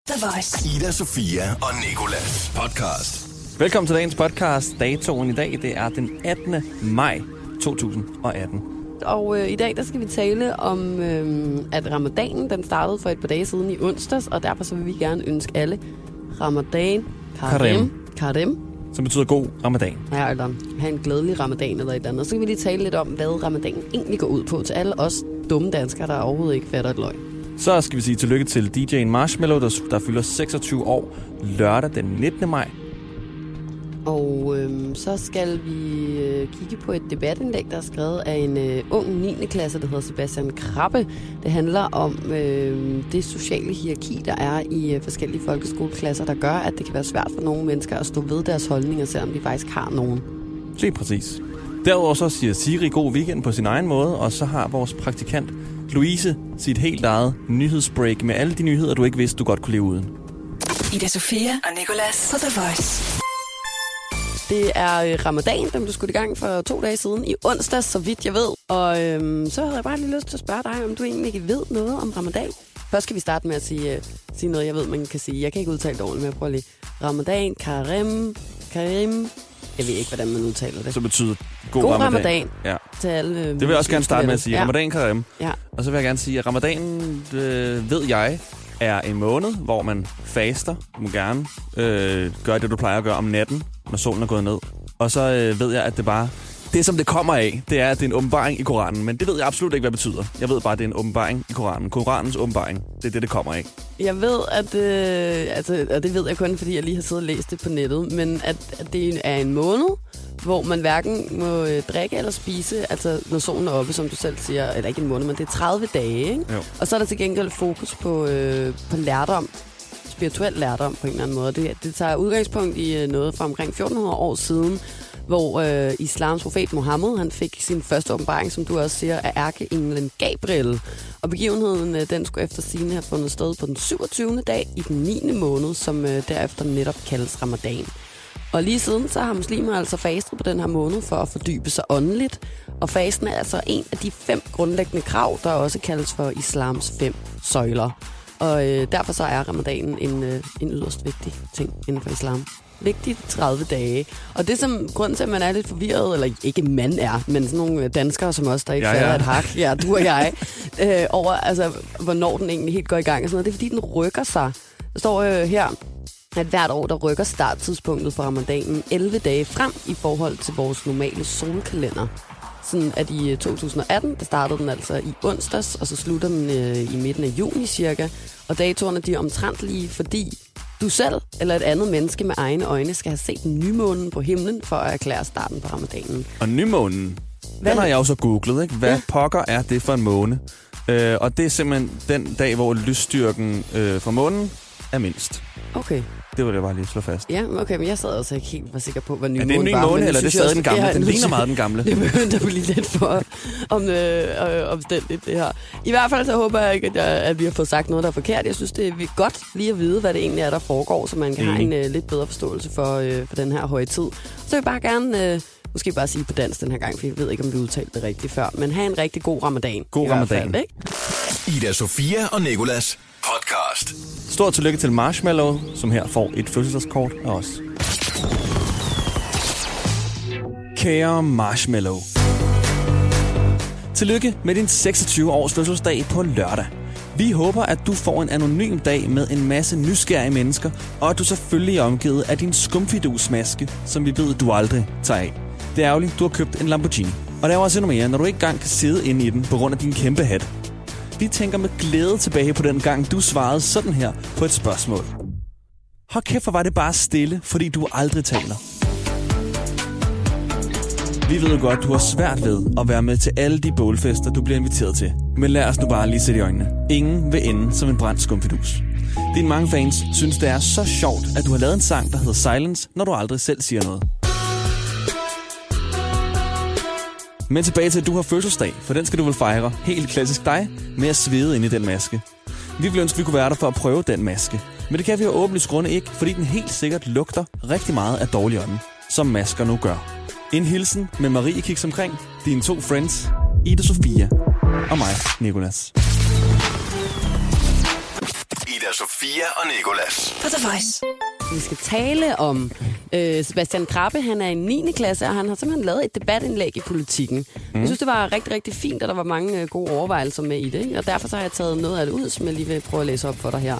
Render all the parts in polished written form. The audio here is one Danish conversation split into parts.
The Voice. Ida, Sofia og Nicolas podcast. Velkommen til dagens podcast. Datoen i dag, det er den 18. maj 2018. Og i dag der skal vi tale om, at ramadanen den startede for et par dage siden i onsdags, og derfor så vil vi gerne ønske alle Ramadan Karem. Som betyder god ramadan. Ja, eller have en glædelig ramadan eller et eller andet. Så kan vi lige tale lidt om, hvad ramadanen egentlig går ud på til alle os dumme danskere, der overhovedet ikke fatter et løg. Så skal vi sige tillykke til DJ'en Marshmello, der fylder 26 år lørdag den 19. maj. Og så skal vi kigge på et debatindlæg, der er skrevet af en ung 9. klasse, der hedder Sebastian Krabbe. Det handler om det sociale hierarki, der er i forskellige folkeskoleklasser, der gør, at det kan være svært for nogle mennesker at stå ved deres holdninger, selvom de faktisk har nogen. Lige præcis. Derudover så siger Siri god weekend på sin egen måde, og så har vores praktikant Louise sit helt eget nyhedsbreak med alle de nyheder, du ikke vidste, du godt kunne leve uden. Ida, Sofia og Nicolas på The Voice. Det er ramadan, dem du skulle i gang for 2 dage siden i onsdag, så vidt jeg ved. Og så havde jeg bare lige lyst til at spørge dig, om du egentlig ikke ved noget om ramadan. Først skal vi starte med at sige noget, jeg ved, man kan sige. Jeg kan ikke udtale det ordentligt, men jeg prøver lige. Ramadan, Karim. Jeg ved ikke, hvordan man udtaler det. Så betyder god ramadan ja. Til alle. Det vil jeg også gerne starte med at sige. Ja. Ramadan Karim. Ja. Og så vil jeg gerne sige, at ramadanen, ved jeg, er en måned, hvor man faster. Du må gerne gøre det, du plejer at gøre om natten, når solen er gået ned. Og så ved jeg, at det som det kommer af, det er, at det er en åbenbaring i Koranen. Men det ved jeg absolut ikke, hvad det betyder. Jeg ved bare, at det er en åbenbaring i Koranen. Koranens åbenbaring, det er det kommer af. Jeg ved, at og det ved jeg kun, fordi jeg lige har siddet og læst det på nettet, men at det er en måned, hvor man hverken må drikke eller spise, altså når solen er oppe, som du selv siger, eller ikke en måned, men det er 30 dage, ikke? Og så er der til gengæld fokus på lærdom, spirituel lærdom på en eller anden måde. Det tager udgangspunkt i noget fra omkring 1400 år siden, hvor islams profet Mohammed, han fik sin første åbenbaring, som du også siger, af ærkeenglen Gabriel. Og begivenheden, den skulle efter sigende have fundet sted på den 27. dag i den 9. måned, som derefter netop kaldes ramadan. Og lige siden, så har muslimer altså fastet på den her måned for at fordybe sig åndeligt. Og fasten er altså en af de 5 grundlæggende krav, der også kaldes for islams 5 søjler. Og derfor så er ramadanen en yderst vigtig ting inden for islam. Vigtigt 30 dage. Og det som grund til, at man er lidt forvirret, eller ikke man er, men sådan nogle danskere som os, der ikke fatter et hak, ja, du og jeg, over altså, hvornår den egentlig helt går i gang og sådan noget, det er fordi, den rykker sig. Der står her, at hvert år, der rykker starttidspunktet for ramadanen 11 dage frem i forhold til vores normale solkalender. Sådan at i 2018, der startede den altså i onsdags, og så slutter den i midten af juni cirka. Og datoerne, de er omtrentlige, fordi du selv eller et andet menneske med egne øjne skal have set nymånen på himlen for at erklære starten på ramadanen. Og nymånen, den har jeg jo så googlet, ikke? Hvad pokker er det for en måne? Og det er simpelthen den dag, hvor lysstyrken fra månen er mindst. Okay. Det var det bare lige slå fast. Ja, okay, men jeg sad også ikke helt sikker på, hvad nymånen var. Er det en ny måne, eller er det stadig den gamle? Den ligner meget den gamle. Det begyndte at blive lidt for omstændigt, det her. I hvert fald så håber jeg ikke, at vi har fået sagt noget, der er forkert. Jeg synes, det er godt lige at vide, hvad det egentlig er, der foregår, så man kan have en lidt bedre forståelse for den her høje tid. Så vil jeg bare gerne måske bare sige på dansk den her gang, for jeg ved ikke, om vi udtalte det rigtigt før. Men have en rigtig god ramadan. God ramadan. Fald, ikke? Ida, Sofia og Nicolas podcast. Stort tillykke til Marshmello, som her får et fødselsdagskort af os. Kære Marshmello. Tillykke med din 26-års fødselsdag på lørdag. Vi håber, at du får en anonym dag med en masse nysgerrige mennesker, og at du selvfølgelig er omgivet af din skumfidusmaske, som vi ved, du aldrig tager af. Det er ærgerligt, du har købt en Lamborghini. Og der er også endnu mere, når du ikke engang kan sidde inde i den på grund af din kæmpe hat. Vi tænker med glæde tilbage på den gang, du svarede sådan her på et spørgsmål. Hold kæft, hvor var det bare stille, fordi du aldrig taler. Vi ved jo godt, du har svært ved at være med til alle de bålfester, du bliver inviteret til. Men lad os nu bare lige sætte i øjnene. Ingen vil ende som en brændt skumfidus. Dine mange fans synes, det er så sjovt, at du har lavet en sang, der hedder Silence, når du aldrig selv siger noget. Men tilbage til, at du har fødselsdag, for den skal du vel fejre, helt klassisk dig, med at svede ind i den maske. Vi ville ønske, at vi kunne være der for at prøve den maske. Men det kan vi jo åbenlyst grunde ikke, fordi den helt sikkert lugter rigtig meget af dårlig ånden, som masker nu gør. En hilsen med Marie Kiks omkring, dine 2 friends, Ida, Sofia og mig, Nicolas. Ida, Sofia og Nicolas. På The Voice. Vi skal tale om Sebastian Krabbe. Han er i 9. klasse, og han har simpelthen lavet et debatindlæg i Politikken. Jeg synes, det var rigtig, rigtig fint, og der var mange gode overvejelser med i det. Ikke? Og derfor så har jeg taget noget af det ud, som jeg lige vil prøve at læse op for dig her.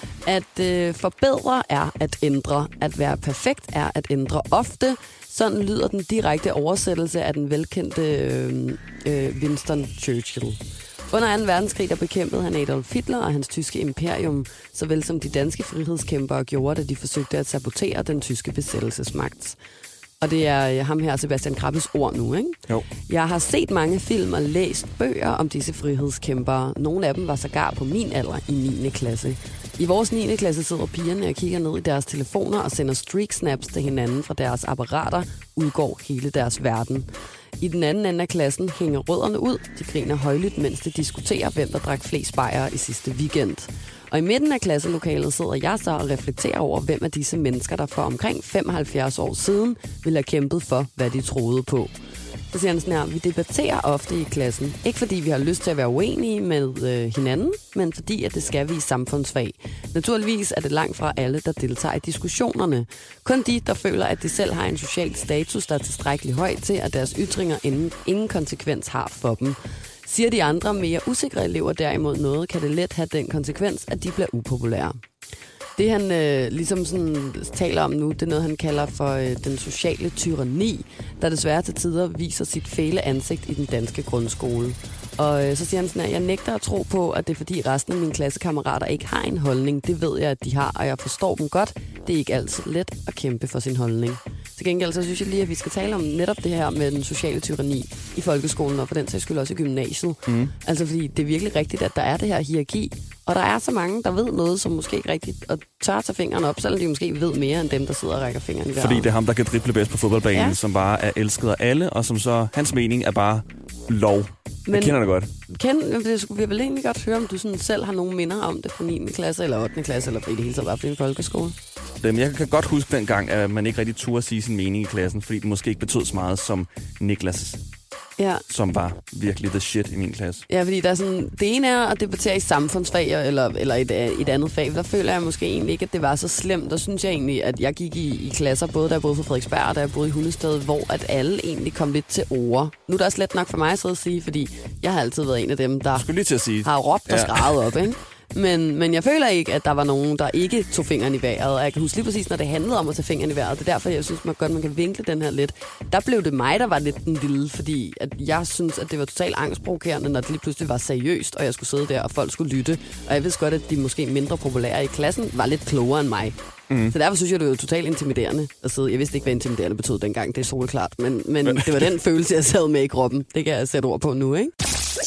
At forbedre er at ændre. At være perfekt er at ændre ofte. Sådan lyder den direkte oversættelse af den velkendte Winston Churchill. Under 2. verdenskrig der bekæmpede han Adolf Hitler og hans tyske imperium, såvel som de danske frihedskæmpere gjorde, da de forsøgte at sabotere den tyske besættelsesmagt. Og det er ham her, Sebastian Krabbes ord nu, ikke? Jo. Jeg har set mange film og læst bøger om disse frihedskæmpere. Nogle af dem var sågar på min alder i 9. klasse. I vores 9. klasse sidder pigerne og kigger ned i deres telefoner og sender streak-snaps til hinanden fra deres apparater, udgår hele deres verden. I den anden ende af klassen hænger rødderne ud. De griner højlydt, mens de diskuterer, hvem der drak flest bajere i sidste weekend. Og i midten af klasselokalet sidder jeg så og reflekterer over, hvem af disse mennesker, der for omkring 75 år siden ville have kæmpet for, hvad de troede på. Så siger han sådan her, vi debatterer ofte i klassen. Ikke fordi vi har lyst til at være uenige med hinanden, men fordi at det skal vi i samfundsfag. Naturligvis er det langt fra alle, der deltager i diskussionerne. Kun de, der føler, at de selv har en social status, der er tilstrækkeligt høj til, at deres ytringer ingen konsekvens har for dem. Siger de andre mere usikre elever derimod noget, kan det let have den konsekvens, at de bliver upopulære. Det han ligesom sådan taler om nu, det er noget, han kalder for den sociale tyranni, der desværre til tider viser sit fæle ansigt i den danske grundskole. Og så siger han sådan, at jeg nægter at tro på, at det er fordi resten af mine klassekammerater ikke har en holdning. Det ved jeg, at de har, og jeg forstår dem godt. Det er ikke altid let at kæmpe for sin holdning. Til gengæld så synes jeg lige, at vi skal tale om netop det her med den sociale tyranni i folkeskolen, og for den sags skyld også i gymnasiet. Altså fordi det er virkelig rigtigt, at der er det her hierarki, og der er så mange, der ved noget, som måske ikke rigtigt, og tør tage fingrene op, selvom de måske ved mere end dem, der sidder og rækker fingrene i vejret. Fordi det er ham, der kan drible bedst på fodboldbanen, som bare er elsket af alle, og som så, hans mening er bare lov. Jeg kender det godt. Det skulle vi vel egentlig godt høre, om du sådan selv har nogle minder om det fra 9. klasse, eller 8. klasse, eller i det hele taget bare på din folkeskole. Jeg kan godt huske dengang, at man ikke rigtig turde sige sin mening i klassen, fordi det måske ikke betød så meget som Niklas. Ja. Som var virkelig the shit i min klasse. Ja, fordi der er sådan, det ene er at debattere i samfundsfag eller et andet fag. Der føler jeg måske egentlig ikke, at det var så slemt. Der synes jeg egentlig, at jeg gik i klasser, både da jeg boede på Frederiksberg og da jeg boede i Hundested, hvor at alle egentlig kom lidt til ord. Nu er det også let nok for mig at sige, fordi jeg har altid været en af dem, der har råbt og skreget op, ikke? Men jeg føler ikke, at der var nogen, der ikke tog fingeren i vejret. Og jeg kan huske lige præcis, når det handlede om at tage fingeren i vejret. Det er derfor, jeg synes man kan vinkle den her lidt. Der blev det mig, der var lidt den lille, fordi at jeg synes, at det var totalt angstprovokerende, når det lige pludselig var seriøst, og jeg skulle sidde der, og folk skulle lytte. Og jeg vidste godt, at de måske mindre populære i klassen var lidt klogere end mig. Så derfor synes jeg, det var totalt intimiderende at sidde. Jeg vidste ikke, hvad intimiderende betød dengang. Det er soleklart. Men det var den følelse, jeg sad med i kroppen. Det kan jeg sætte ord på nu, ikke?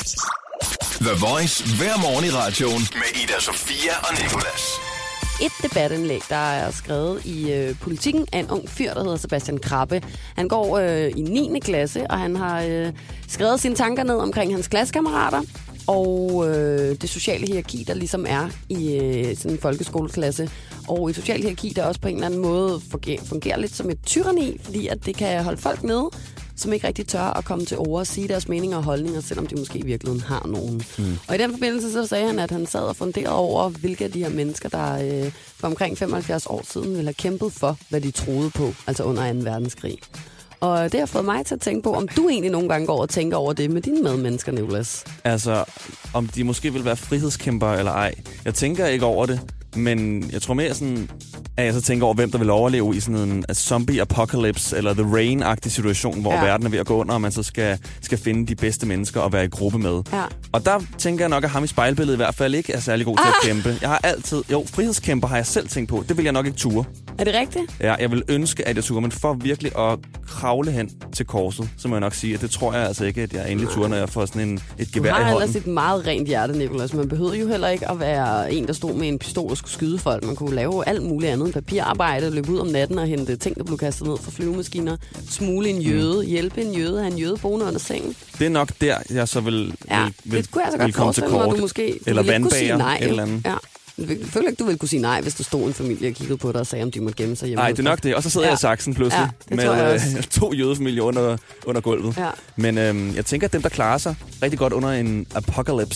The Voice hver morgen i radioen med Ida Sofia og Nicolas. Et debatindlæg, der er skrevet i Politikken af en ung fyr, der hedder Sebastian Krabbe. Han går i 9. klasse, og han har skrevet sine tanker ned omkring hans klassekammerater og det sociale hierarki, der ligesom er i sådan en folkeskoleklasse. Og et socialt hierarki, der også på en eller anden måde fungerer lidt som et tyranni, fordi at det kan holde folk nede, som ikke rigtig tør at komme til ord og sige deres meninger og holdninger, selvom de måske i virkeligheden har nogen. Og i den forbindelse så sagde han, at han sad og funderede over, hvilke af de her mennesker, der for omkring 75 år siden ville have kæmpet for, hvad de troede på, altså under 2. verdenskrig. Og det har fået mig til at tænke på, om du egentlig nogle gange går og tænker over det med dine medmennesker, Nicolas. Altså, om de måske vil være frihedskæmpere eller ej. Jeg tænker ikke over det, men jeg tror mere sådan, at jeg så tænker over, hvem der vil overleve i sådan en zombie-apocalypse eller The Rain-agtig situation, hvor verden er ved at gå under, og man så skal finde de bedste mennesker og være i gruppe med. Ja. Og der tænker jeg nok, at ham i spejlbilledet i hvert fald ikke er særlig god til at kæmpe. Jeg har altid... Jo, frihedskæmper har jeg selv tænkt på. Det vil jeg nok ikke ture. Er det rigtigt? Ja, jeg vil ønske, at jeg turde, men for virkelig at kravle hen til korset, så må jeg nok sige, at det tror jeg altså ikke, at jeg endelig turde, når jeg får sådan et gevær i hånden. Du har ellers et meget rent hjerte, Nicolas. Man behøver jo heller ikke at være en, der stod med en pistol og skulle skyde folk. Man kunne lave alt muligt andet. Papirarbejde, løbe ud om natten og hente ting, der blev kastet ned fra flyvemaskiner. Smule en jøde, hjælpe en jøde, have en jøde boende under sengen. Det er nok der, jeg så vil det kunne jeg så godt forestille mig, du måske... Eller vandbager, et eller andet. Ja. Jeg føler ikke, du ville kunne sige nej, hvis du stod en familie og kiggede på dig og sagde, om de måtte gemme sig hjemme. Nej, det er nok det. Og så sidder jeg i saksen pludselig med 2 jødefamilier under gulvet. Ja. Men jeg tænker, at dem, der klarer sig rigtig godt under en apocalypse,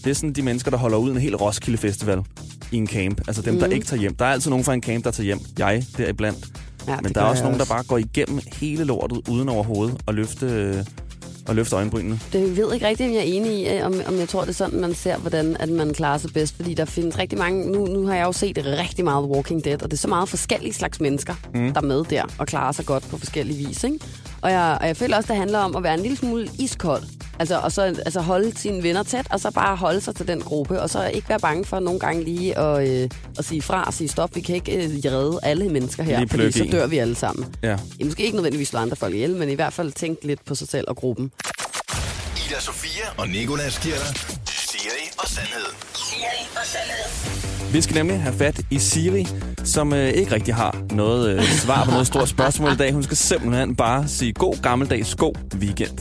det er sådan de mennesker, der holder ud en hel Roskilde Festival i en camp. Altså dem, der ikke tager hjem. Der er altid nogen fra en camp, der tager hjem. Jeg deriblandt. Ja, men der er også nogen, der bare går igennem hele lortet uden overhovedet og løfte øjenbrynene. Det ved ikke rigtigt, om jeg er enig i, om jeg tror, det er sådan, man ser, hvordan at man klarer sig bedst. Fordi der findes rigtig mange... Nu har jeg jo set rigtig meget Walking Dead, og det er så meget forskellige slags mennesker, der er med der og klarer sig godt på forskellige vis, ikke? Og jeg føler også, det handler om at være en lille smule iskold. Altså holde sine venner tæt, og så bare holde sig til den gruppe, og så ikke være bange for nogle gange lige at sige fra og sige stop. Vi kan ikke redde alle mennesker her, fordi så dør vi alle sammen. Ja. Måske ikke nødvendigvis slå andre folk ihjel, men i hvert fald tænke lidt på sig selv og gruppen. Ida Sofia og Nicolas giver dig Siri og Sandhed. Siri og Sandhed. Vi skal nemlig have fat i Siri, som ikke rigtig har noget svar på noget stort spørgsmål i dag. Hun skal simpelthen bare sige god gammeldags god weekend.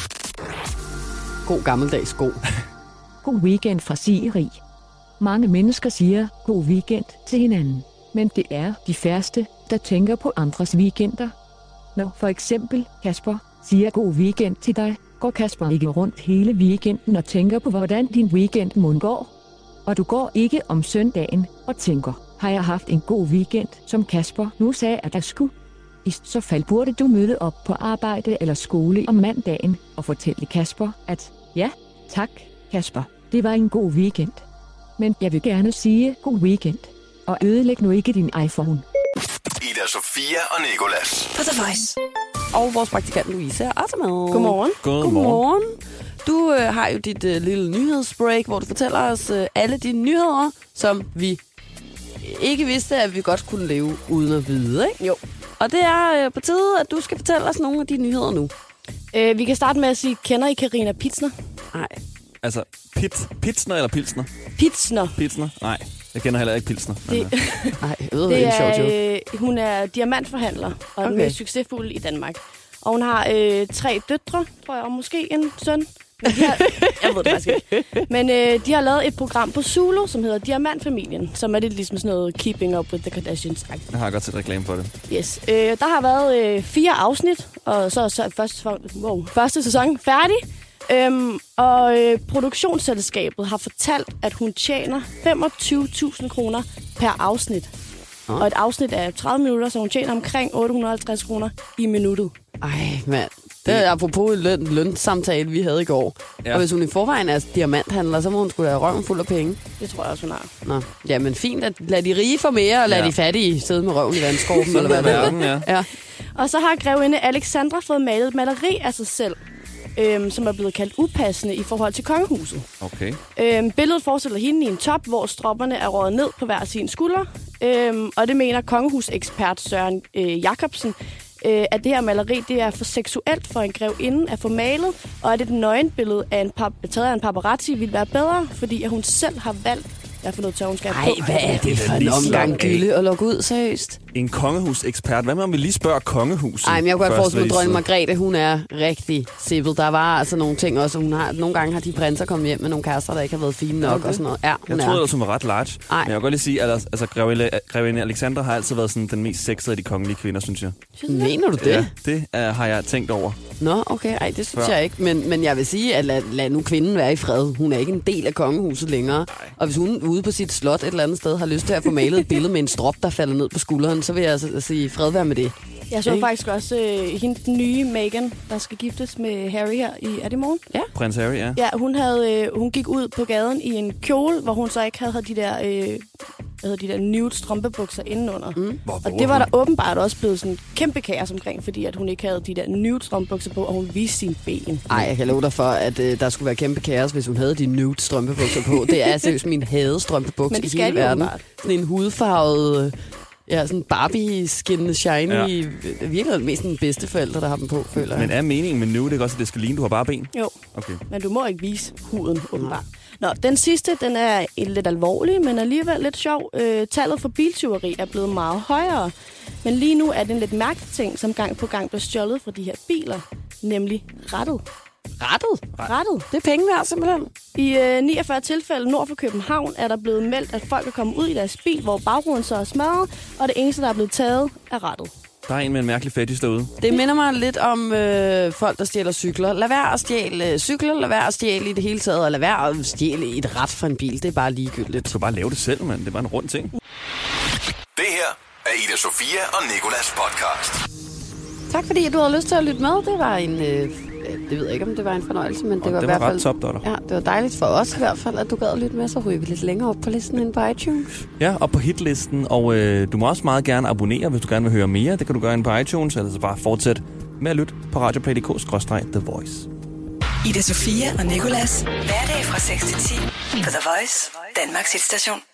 God gammeldags god. God weekend fra Siri. Mange mennesker siger god weekend til hinanden, men det er de færreste, der tænker på andres weekender. Når for eksempel Kasper siger god weekend til dig, går Kasper ikke rundt hele weekenden og tænker på, hvordan din weekend må går. Og du går ikke om søndagen og tænker, har jeg haft en god weekend, som Kasper nu sagde, at jeg skulle. I så fald burde du møde op på arbejde eller skole om mandagen og fortælle Kasper, at ja, tak Kasper, det var en god weekend. Men jeg vil gerne sige god weekend, og ødelæg nu ikke din iPhone. Ida Sofia og Nicolas. På The Voice. Og vores praktikant Louise er også med. Godmorgen. Godmorgen. Du har jo dit lille nyhedsbreak, hvor du fortæller os alle de nyheder, som vi ikke vidste, at vi godt kunne leve uden at vide, ikke? Jo. Og det er på tide, at du skal fortælle os nogle af de nyheder nu. Vi kan starte med at sige, kender I Karina Pitsner? Nej. Altså, Pitsner eller Pilsner? Pitsner. Nej, jeg kender heller ikke Pilsner. Nej, det er hun er diamantforhandler og den mest succesfulde i Danmark. Og hun har 3 døtre, tror jeg, og måske en søn. Men jeg ved det faktisk ikke. Men de har lavet et program på Zulu, som hedder Diamantfamilien, som er lidt ligesom sådan noget Keeping Up with the Kardashians. Jeg har godt set reklame for det. Yes. Der har været 4 afsnit, og så første sæson færdig. Og produktionsselskabet har fortalt, at hun tjener 25.000 kroner per afsnit. Og et afsnit er 30 minutter, så hun tjener omkring 850 kroner i minuttet. Ej, mand. Det er apropos lønsamtale, vi havde i går. Ja. Og hvis hun i forvejen er diamanthandler, så må hun skulle have røven fuld af penge. Det tror jeg også, hun har. Nå, jamen fint. At lad de rige få mere, og lad de fattige sidde med røven i vandskorben. eller hvad det er. Ja. Og så har grevinde Alexandra fået malet et maleri af sig selv, som er blevet kaldt upassende i forhold til kongehuset. Okay. Billedet forestiller hende i en top, hvor stropperne er røget ned på hver sin skulder. Og det mener kongehusekspert Søren Jacobsen, at det her maleri det er for seksuelt for en grevinde at få malet, og at et nøgenbillede af taget af en paparazzi ville være bedre, fordi at hun selv har valgt at få noget tørrenskab på. Ej, hvad er det for en omgang gylde at lukke ud, seriøst? En kongehusekspert. Hvad med, om vi lige spørger kongehuset? Ej, men jeg kunne godt forestille mig, at dronning Margrethe, hun er rigtig sippet. Der var altså nogle ting også. Nogle gange har de prinser kommet hjem med nogle kærester, der ikke har været fine nok og sådan noget. Ja, jeg troede, at hun var ret large. Ej. Men jeg vil godt lige sige, at altså, grevinde Alexandra har altid været sådan den mest sexede af de kongelige kvinder, synes jeg. Mener du det? Ja, det har jeg tænkt over. Nå, okay. Ej, det synes jeg ikke. Men jeg vil sige, at lad nu kvinden være i fred. Hun er ikke en del af kongehuset længere. Ej. Og hvis hun ude på sit slot et eller andet sted har lyst til at få malet et billede med en strop, der falder ned på skulderen, så vil jeg altså sige fred være med det. Jeg så faktisk også hende, den nye Meghan, der skal giftes med Harry her er det i morgen? Ja. Prins Harry, ja. Ja, hun gik ud på gaden i en kjole, hvor hun så ikke havde de der nude strømpebukser indenunder. Og det var der åbenbart også blevet sådan kæmpe kaos omkring, fordi at hun ikke havde de der nude strømpebukser på, og hun viste sine ben. Ej, jeg kan love dig for, at der skulle være kæmpe kaos, hvis hun havde de nude strømpebukser på. Det er seriøst min hadestrømpebukser i hele verden. Sådan en hudfarvet... Ja, sådan Barbie-skinnende shiny. Ja. Virkelig mest den bedste forældre, der har dem på, føler jeg. Men er meningen med nude, det er også, at det skal ligne, du har bare ben? Jo, okay. Men du må ikke vise huden, åbenbart. Nå, den sidste, den er lidt alvorlig, men alligevel lidt sjov. Tallet for biltyveri er blevet meget højere. Men lige nu er det en lidt mærkelig ting, som gang på gang bliver stjålet fra de her biler, nemlig rattet. Rattet. Det er penge værd, simpelthen. I 49 tilfælde nord for København er der blevet meldt, at folk er kommet ud i deres bil, hvor bagruden så er smadret, og det eneste, der er blevet taget, er rattet. Der er en med en mærkelig fetish derude. Det minder mig lidt om folk, der stjæler cykler. Lad være at stjæle cykler, lad være at stjæle i det hele taget, og lad være at stjæle et rat fra en bil. Det er bare ligegyldigt. Du kan bare lave det selv, mand. Det er bare en rund ting. Det her er Ida Sofia og Nicolas podcast. Tak fordi du havde lyst til at lytte med. Det var en... det ved jeg ikke, om det var en fornøjelse, men det var i hvert fald... ret top, Dotter. Ja, det var dejligt for os i hvert fald, at du gad at lytte med. Så ryger vi lidt længere op på listen end på iTunes. Ja, og på hitlisten. Og du må også meget gerne abonnere, hvis du gerne vil høre mere. Det kan du gøre inde på iTunes, eller så bare fortsæt med at lytte på radioplay.dk/The Voice. Ida Sofia og Nicolas. Hverdag fra 6 til 10 på The Voice, Danmarks hitstation.